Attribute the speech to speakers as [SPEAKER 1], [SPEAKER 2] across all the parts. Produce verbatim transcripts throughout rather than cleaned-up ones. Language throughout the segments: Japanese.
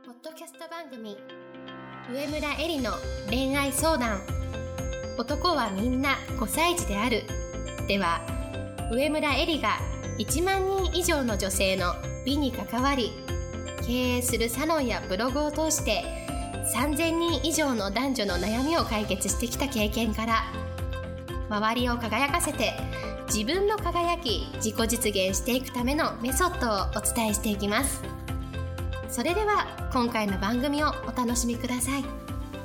[SPEAKER 1] ポッドキャスト番組上村えりの恋愛相談。男はみんなごさい児であるでは、上村えりがいちまんにん以上の女性の美に関わり、経営するサロンやブログを通してさんぜんにん以上の男女の悩みを解決してきた経験から、周りを輝かせて自分も輝き自己実現していくためのメソッドをお伝えしていきます。それでは今回の番組をお楽しみください。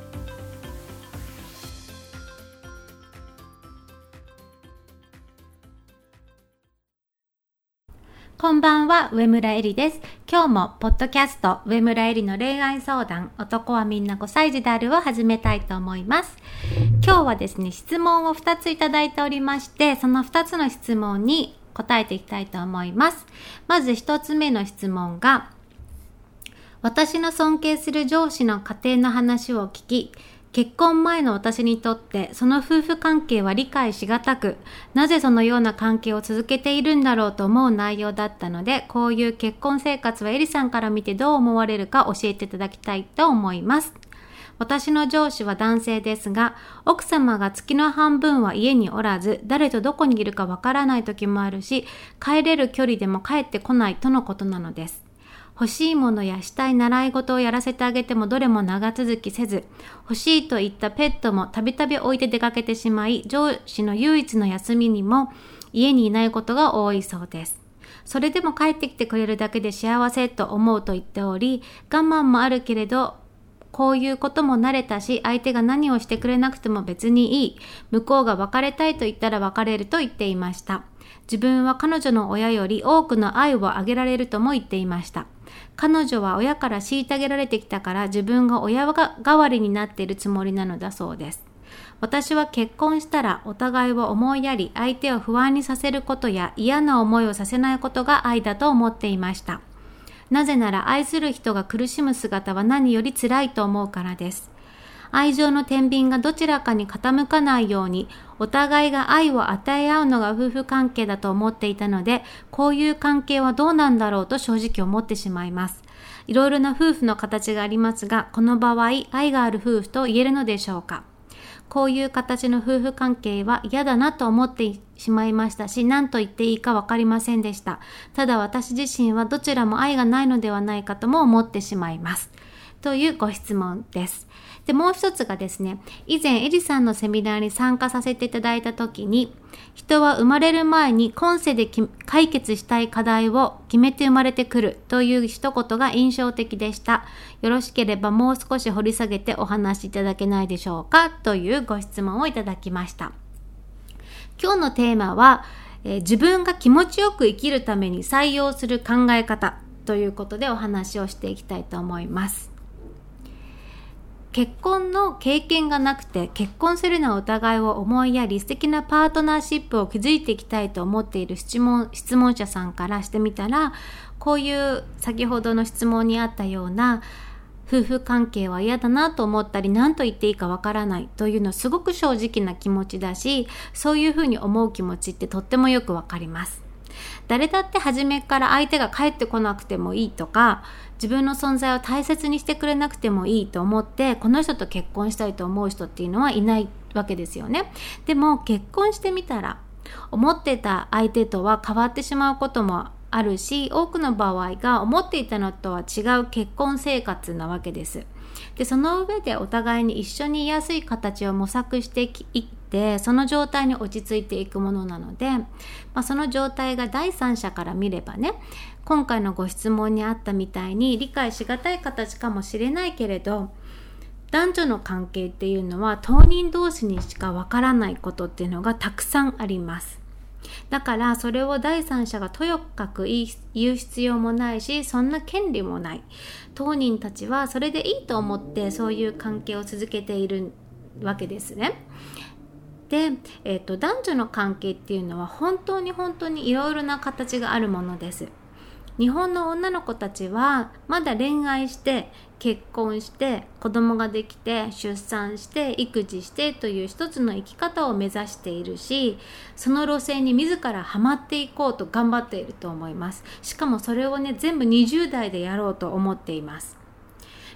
[SPEAKER 2] こんばんは、上村えりです。今日もポッドキャスト上村えりの恋愛相談、男はみんなごさい児であるを始めたいと思います。今日はですね、質問をふたついただいておりまして、そのふたつの質問に答えていきたいと思います。まずひとつめの質問が、私の尊敬する上司の家庭の話を聞き、結婚前の私にとってその夫婦関係は理解しがたく、なぜそのような関係を続けているんだろうと思う内容だったので、こういう結婚生活はエリさんから見てどう思われるか教えていただきたいと思います。私の上司は男性ですが、奥様が月の半分は家におらず、誰とどこにいるかわからない時もあるし、帰れる距離でも帰ってこないとのことなのです。欲しいものやしたい習い事をやらせてあげてもどれも長続きせず、欲しいといったペットもたびたび置いて出かけてしまい、上司の唯一の休みにも家にいないことが多いそうです。それでも帰ってきてくれるだけで幸せと思うと言っており、我慢もあるけれど、こういうことも慣れたし、相手が何をしてくれなくても別にいい。向こうが別れたいと言ったら別れると言っていました。自分は彼女の親より多くの愛をあげられるとも言っていました。彼女は親から虐げられてきたから自分が親代わりになっているつもりなのだそうです。私は結婚したらお互いを思いやり、相手を不安にさせることや嫌な思いをさせないことが愛だと思っていました。なぜなら愛する人が苦しむ姿は何より辛いと思うからです。愛情の天秤がどちらかに傾かないように、お互いが愛を与え合うのが夫婦関係だと思っていたので、こういう関係はどうなんだろうと正直思ってしまいます。いろいろな夫婦の形がありますが、この場合、愛がある夫婦と言えるのでしょうか。こういう形の夫婦関係は嫌だなと思ってしまいましたし、何と言っていいか分かりませんでした。ただ私自身はどちらも愛がないのではないかとも思ってしまいます。というご質問です。で、もう一つがですね、以前エリさんのセミナーに参加させていただいたときに、人は生まれる前に今世で解決したい課題を決めて生まれてくるという一言が印象的でした。よろしければもう少し掘り下げてお話しいただけないでしょうかというご質問をいただきました。今日のテーマは、えー、自分が気持ちよく生きるために採用する考え方ということでお話をしていきたいと思います。結婚の経験がなくて、結婚するのはお互いを思いやり素敵なパートナーシップを築いていきたいと思っている質問、質問者さんからしてみたら、こういう先ほどの質問にあったような夫婦関係は嫌だなと思ったり、何と言っていいかわからないというのはすごく正直な気持ちだし、そういうふうに思う気持ちってとってもよくわかります。誰だって初めから相手が帰ってこなくてもいいとか、自分の存在を大切にしてくれなくてもいいと思ってこの人と結婚したいと思う人っていうのはいないわけですよね。でも結婚してみたら思ってた相手とは変わってしまうこともあるし、多くの場合が思っていたのとは違う結婚生活なわけです。で、その上でお互いに一緒にいやすい形を模索していってその状態に落ち着いていくものなので、まあ、その状態が第三者から見ればね、今回のご質問にあったみたいに理解しがたい形かもしれないけれど、男女の関係っていうのは当人同士にしかわからないことっていうのがたくさんあります。だからそれを第三者がとやかく言う必要もないし、そんな権利もない。当人たちはそれでいいと思ってそういう関係を続けているわけですね。で、えーと、男女の関係っていうのは本当に本当にいろいろな形があるものです。日本の女の子たちはまだ恋愛して結婚して子供ができて出産して育児してという一つの生き方を目指しているし、その路線に自らハマっていこうと頑張っていると思います。しかもそれをね、全部にじゅう代でやろうと思っています。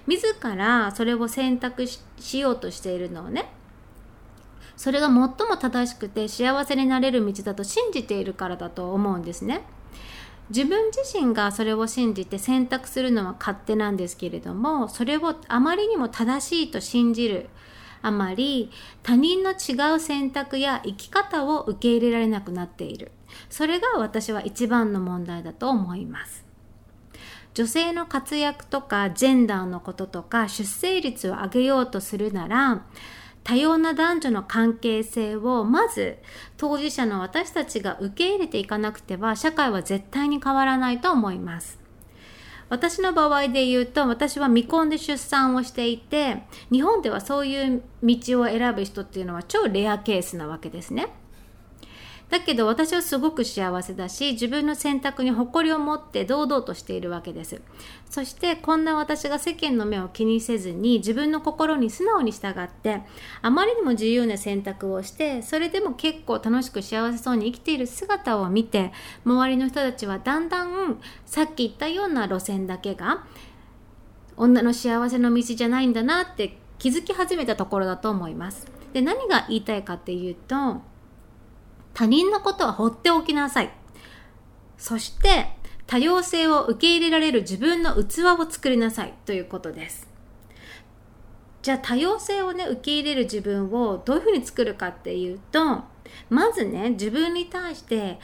[SPEAKER 2] 自らそれを選択 し, しようとしているのをね、それが最も正しくて幸せになれる道だと信じているからだと思うんですね。自分自身がそれを信じて選択するのは勝手なんですけれども、それをあまりにも正しいと信じるあまり、他人の違う選択や生き方を受け入れられなくなっている。それが私は一番の問題だと思います。女性の活躍とかジェンダーのこととか出生率を上げようとするなら、多様な男女の関係性をまず当事者の私たちが受け入れていかなくては社会は絶対に変わらないと思います。私の場合で言うと、私は未婚で出産をしていて、日本ではそういう道を選ぶ人っていうのは超レアケースなわけですね。だけど私はすごく幸せだし、自分の選択に誇りを持って堂々としているわけです。そしてこんな私が世間の目を気にせずに自分の心に素直に従って、あまりにも自由な選択をして、それでも結構楽しく幸せそうに生きている姿を見て、周りの人たちはだんだんさっき言ったような路線だけが女の幸せの道じゃないんだなって気づき始めたところだと思います。で、何が言いたいかっていうと、他人のことは放っておきなさい。そして多様性を受け入れられる自分の器を作りなさいということです。じゃあ多様性をね、受け入れる自分をどういうふうに作るかっていうと、まずね、自分に対して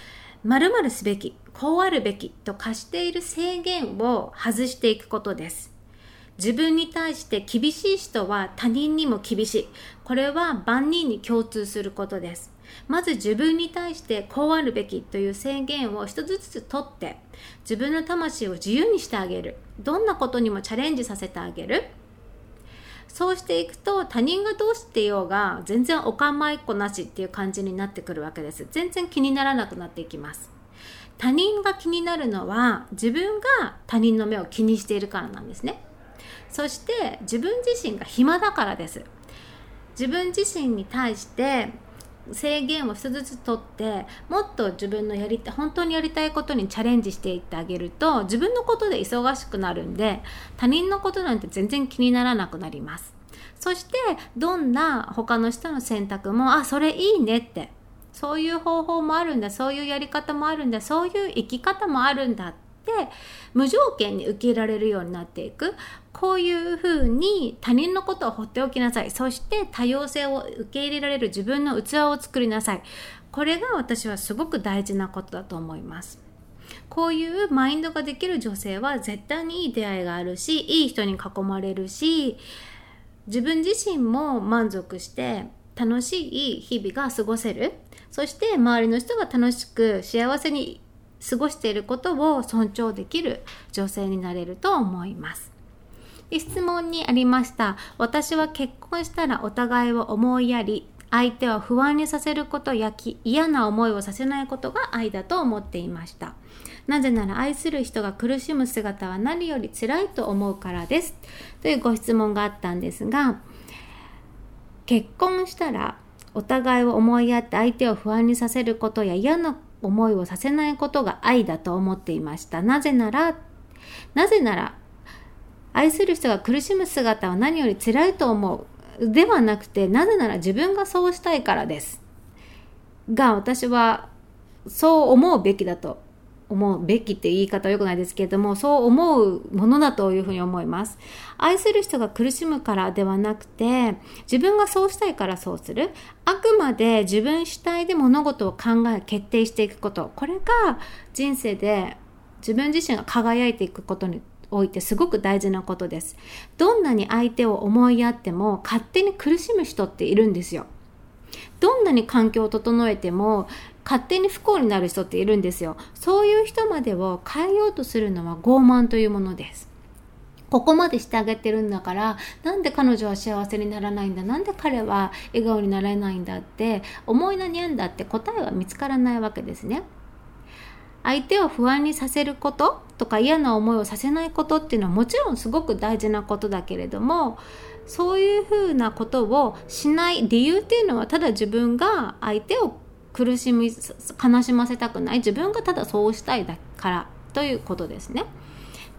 [SPEAKER 2] 〇〇すべき、こうあるべきと課している制限を外していくことです。自分に対して厳しい人は他人にも厳しい。これは万人に共通することです。まず自分に対してこうあるべきという制限を一つずつ取って、自分の魂を自由にしてあげる。どんなことにもチャレンジさせてあげる。そうしていくと、他人がどうしてようが全然お構いっこなしっていう感じになってくるわけです。全然気にならなくなっていきます。他人が気になるのは自分が他人の目を気にしているからなんですね。そして自分自身が暇だからです。自分自身に対して制限を一つずつ取って、もっと自分のやりたい本当にやりたいことにチャレンジしていってあげると、自分のことで忙しくなるんで、他人のことなんて全然気にならなくなります。そしてどんな他の人の選択も、あ、それいいねって、そういう方法もあるんだ、そういうやり方もあるんだ、そういう生き方もあるんだって無条件に受け入れられるようになっていく。こういうふうに他人のことを放っておきなさい。そして多様性を受け入れられる自分の器を作りなさい。これが私はすごく大事なことだと思います。こういうマインドができる女性は絶対にいい出会いがあるし、いい人に囲まれるし、自分自身も満足して楽しい日々が過ごせる。そして周りの人が楽しく幸せに過ごしていることを尊重できる女性になれると思います。で、質問にありました。私は結婚したらお互いを思いやり、相手を不安にさせることや嫌な思いをさせないことが愛だと思っていました。なぜなら愛する人が苦しむ姿は何より辛いと思うからです。というご質問があったんですが、結婚したらお互いを思いやって相手を不安にさせることや嫌な思いをさせないことが愛だと思っていました。なぜなら、なぜなら愛する人が苦しむ姿は何より辛いと思うではなくて、なぜなら自分がそうしたいからですが、私はそう思うべきだと思うべきって言い方は良くないですけれども、そう思うものだというふうに思います。愛する人が苦しむからではなくて、自分がそうしたいからそうする。あくまで自分主体で物事を考え決定していくこと、これが人生で自分自身が輝いていくことにおいてすごく大事なことです。どんなに相手を思いやっても勝手に苦しむ人っているんですよ。どんなに環境を整えても勝手に不幸になる人っているんですよ。そういう人までを変えようとするのは傲慢というものです。ここまでしてあげてるんだから、なんで彼女は幸せにならないんだ、なんで彼は笑顔になれないんだって思い悩んだって答えは見つからないわけですね。相手を不安にさせることとか嫌な思いをさせないことっていうのはもちろんすごく大事なことだけれども、そういうふうなことをしない理由っていうのは、ただ自分が相手を苦しみ悲しませたくない、自分がただそうしたいだからということですね。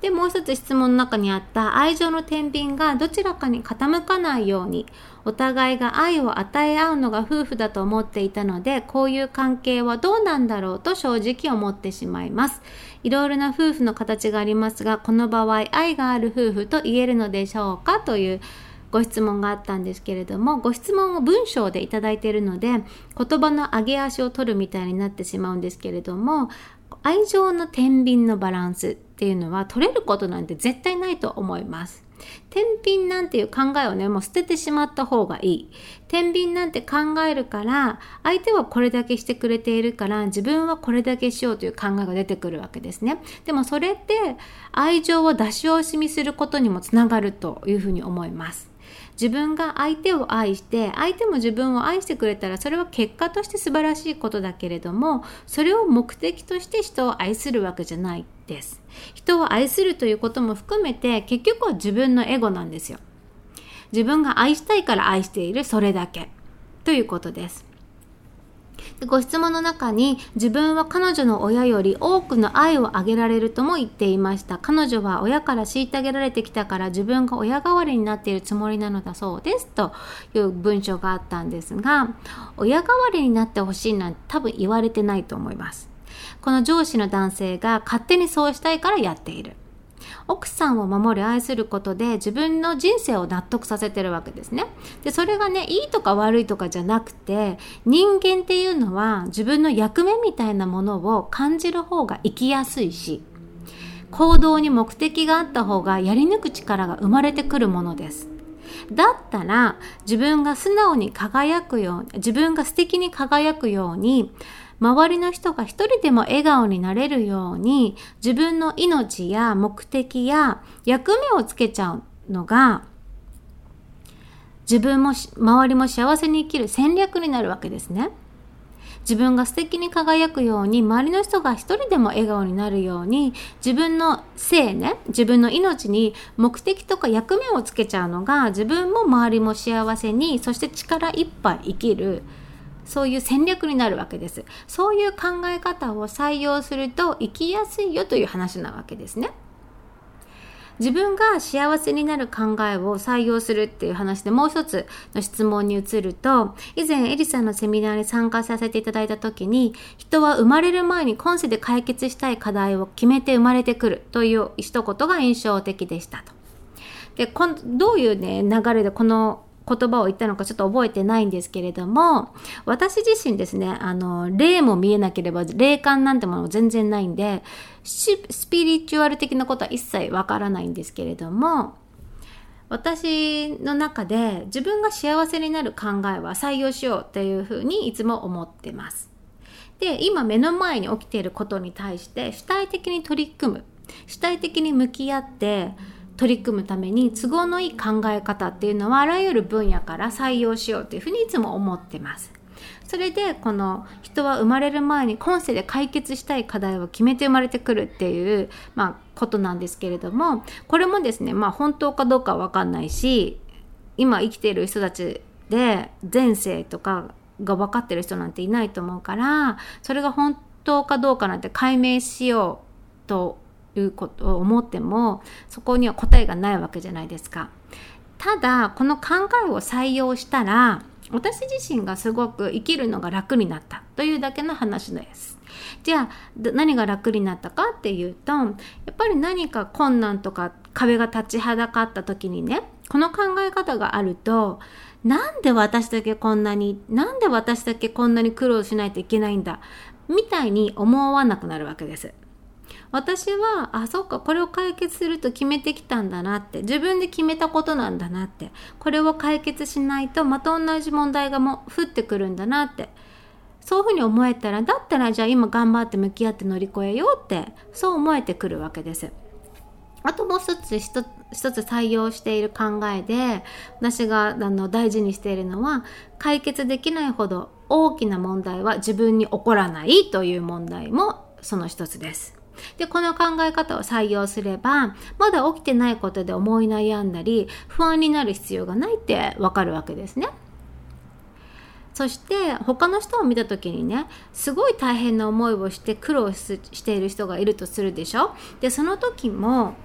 [SPEAKER 2] で、もう一つ質問の中にあった愛情の天秤がどちらかに傾かないように、お互いが愛を与え合うのが夫婦だと思っていたので、こういう関係はどうなんだろうと正直思ってしまいます。いろいろな夫婦の形がありますが、この場合愛がある夫婦と言えるのでしょうかというご質問があったんですけれども、ご質問を文章でいただいているので、言葉の上げ足を取るみたいになってしまうんですけれども、愛情の天秤のバランスっていうのは取れることなんて絶対ないと思います。天秤なんていう考えをね、もう捨ててしまった方がいい。天秤なんて考えるから、相手はこれだけしてくれているから、自分はこれだけしようという考えが出てくるわけですね。でもそれって愛情を出し惜しみすることにもつながるというふうに思います。自分が相手を愛して相手も自分を愛してくれたら、それは結果として素晴らしいことだけれども、それを目的として人を愛するわけじゃないです。人を愛するということも含めて、結局は自分のエゴなんですよ。自分が愛したいから愛している、それだけということです。ご質問の中に、自分は彼女の親より多くの愛をあげられるとも言っていました。彼女は親から虐げられてきたから、自分が親代わりになっているつもりなのだそうですという文章があったんですが、親代わりになってほしいなんて多分言われてないと思います。この上司の男性が勝手にそうしたいからやっている。奥さんを守り愛することで自分の人生を納得させてるわけですね。で、それがね、いいとか悪いとかじゃなくて、人間っていうのは自分の役目みたいなものを感じる方が生きやすいし、行動に目的があった方がやり抜く力が生まれてくるものです。だったら自分が素直に輝くように、自分が素敵に輝くように、周りの人が一人でも笑顔になれるように、自分の命や目的や役目をつけちゃうのが、自分も周りも幸せに生きる戦略になるわけですね。自分が素敵に輝くように、周りの人が一人でも笑顔になるように、自分の生ね、自分の命に目的とか役目をつけちゃうのが、自分も周りも幸せに、そして力いっぱい生きる、そういう戦略になるわけです。そういう考え方を採用すると生きやすいよという話なわけですね。自分が幸せになる考えを採用するっていう話で、もう一つの質問に移ると、以前エリさんのセミナーに参加させていただいた時に、人は生まれる前に今世で解決したい課題を決めて生まれてくるという一言が印象的でしたと。で、こんどういうね流れでこの言葉を言ったのかちょっと覚えてないんですけれども、私自身ですね、あの霊も見えなければ霊感なんてものも全然ないんで、スピリチュアル的なことは一切わからないんですけれども、私の中で自分が幸せになる考えは採用しようっていうふうにいつも思ってます。で、今目の前に起きていることに対して主体的に取り組む、主体的に向き合って取り組むために都合のいい考え方っていうのはあらゆる分野から採用しようというふうにいつも思ってます。それでこの人は生まれる前に今世で解決したい課題を決めて生まれてくるっていう、まあ、ことなんですけれども、これもですね、まあ本当かどうかは分かんないし、今生きている人たちで前世とかが分かってる人なんていないと思うから、それが本当かどうかなんて解明しようということを思っても、そこには答えがないわけじゃないですか。ただこの考えを採用したら、私自身がすごく生きるのが楽になったというだけの話です。じゃあ何が楽になったかっていうと、やっぱり何か困難とか壁が立ちはだかった時にね、この考え方があると、なんで私だけこんなになんで私だけこんなに苦労しないといけないんだみたいに思わなくなるわけです。私は、あ、そっか、これを解決すると決めてきたんだなって、自分で決めたことなんだなって、これを解決しないとまた同じ問題がも降ってくるんだなって、そういうふうに思えたら、だったらじゃあ今頑張って向き合って乗り越えようって、そう思えてくるわけです。あともう一つ一つ一つ採用している考えで、私があの大事にしているのは、解決できないほど大きな問題は自分に起こらないという問題もその一つです。で、この考え方を採用すれば、まだ起きてないことで思い悩んだり不安になる必要がないってわかるわけですね。そして他の人を見た時にね、すごい大変な思いをして苦労している人がいるとするでしょ。で、その時も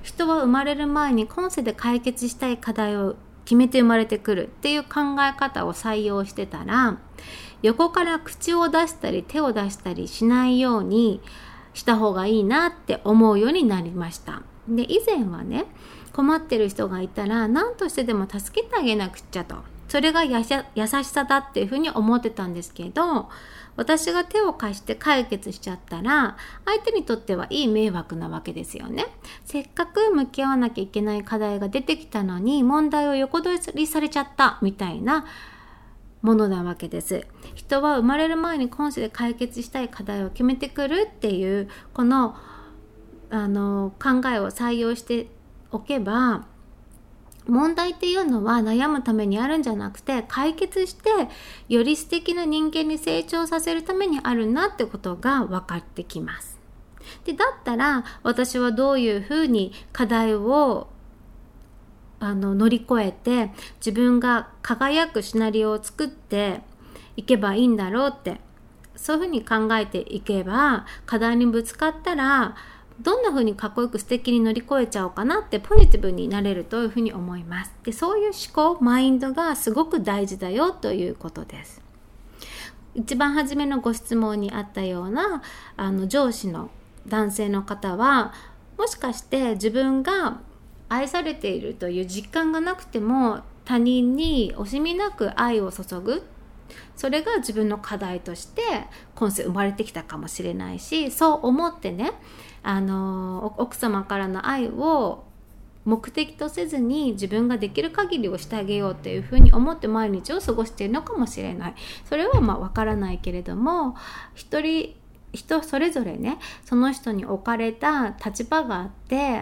[SPEAKER 2] 人は生まれる前に今世で解決したい課題を決めて生まれてくるっていう考え方を採用してたら、横から口を出したり手を出したりしないようにした方がいいなって思うようになりました。で、以前はね、困ってる人がいたら何としてでも助けてあげなくちゃと、それがやし優しさだっていうふうに思ってたんですけど、私が手を貸して解決しちゃったら相手にとってはいい迷惑なわけですよね。せっかく向き合わなきゃいけない課題が出てきたのに問題を横取りされちゃったみたいなものなわけです。人は生まれる前に今世で解決したい課題を決めてくるっていうこの、あの考えを採用しておけば、問題っていうのは悩むためにあるんじゃなくて、解決してより素敵な人間に成長させるためにあるなってことが分かってきます。で、だったら私はどういうふうに課題をあの乗り越えて自分が輝くシナリオを作っていけばいいんだろうって、そういうふうに考えていけば、課題にぶつかったらどんな風にかっこよく素敵に乗り越えちゃおうかなってポジティブになれるというふうに思います。で、そういう思考、マインドがすごく大事だよということです。一番初めのご質問にあったようなあの上司の男性の方は、もしかして自分が愛されているという実感がなくても他人に惜しみなく愛を注ぐ、それが自分の課題として今世生まれてきたかもしれないし、そう思ってね、あの奥様からの愛を目的とせずに自分ができる限りをしてあげようっていうふうに思って毎日を過ごしているのかもしれない。それはまあわからないけれども、一人人それぞれね、その人に置かれた立場があって、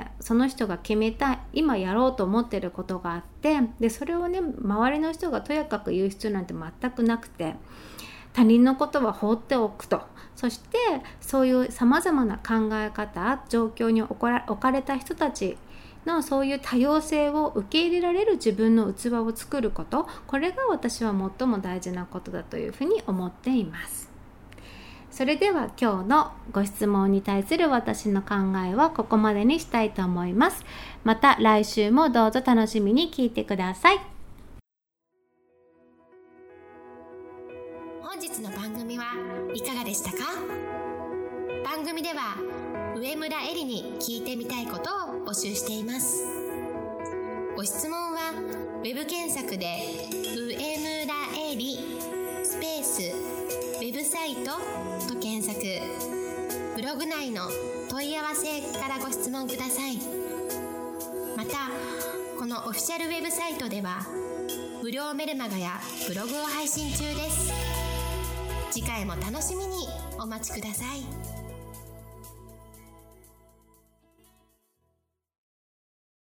[SPEAKER 2] その人が決めた今やろうと思っていることがあって、でそれをね周りの人がとやかく言う必要なんて全くなくて、他人のことは放っておくと。そしてそういうさまざまな考え方、状況に置かれた人たちのそういう多様性を受け入れられる自分の器を作ること、これが私は最も大事なことだというふうに思っています。それでは今日のご質問に対する私の考えはここまでにしたいと思います。また来週もどうぞ楽しみに聞いてください。
[SPEAKER 1] 本日の番組はいかがでしたか？番組では上村えりに聞いてみたいことを募集しています。ご質問はウェブ検索で上村えりスペースウェブサイトと検索、ブログ内の問い合わせからご質問ください。またこのオフィシャルウェブサイトでは無料メルマガやブログを配信中です。次回も楽しみにお待ちください。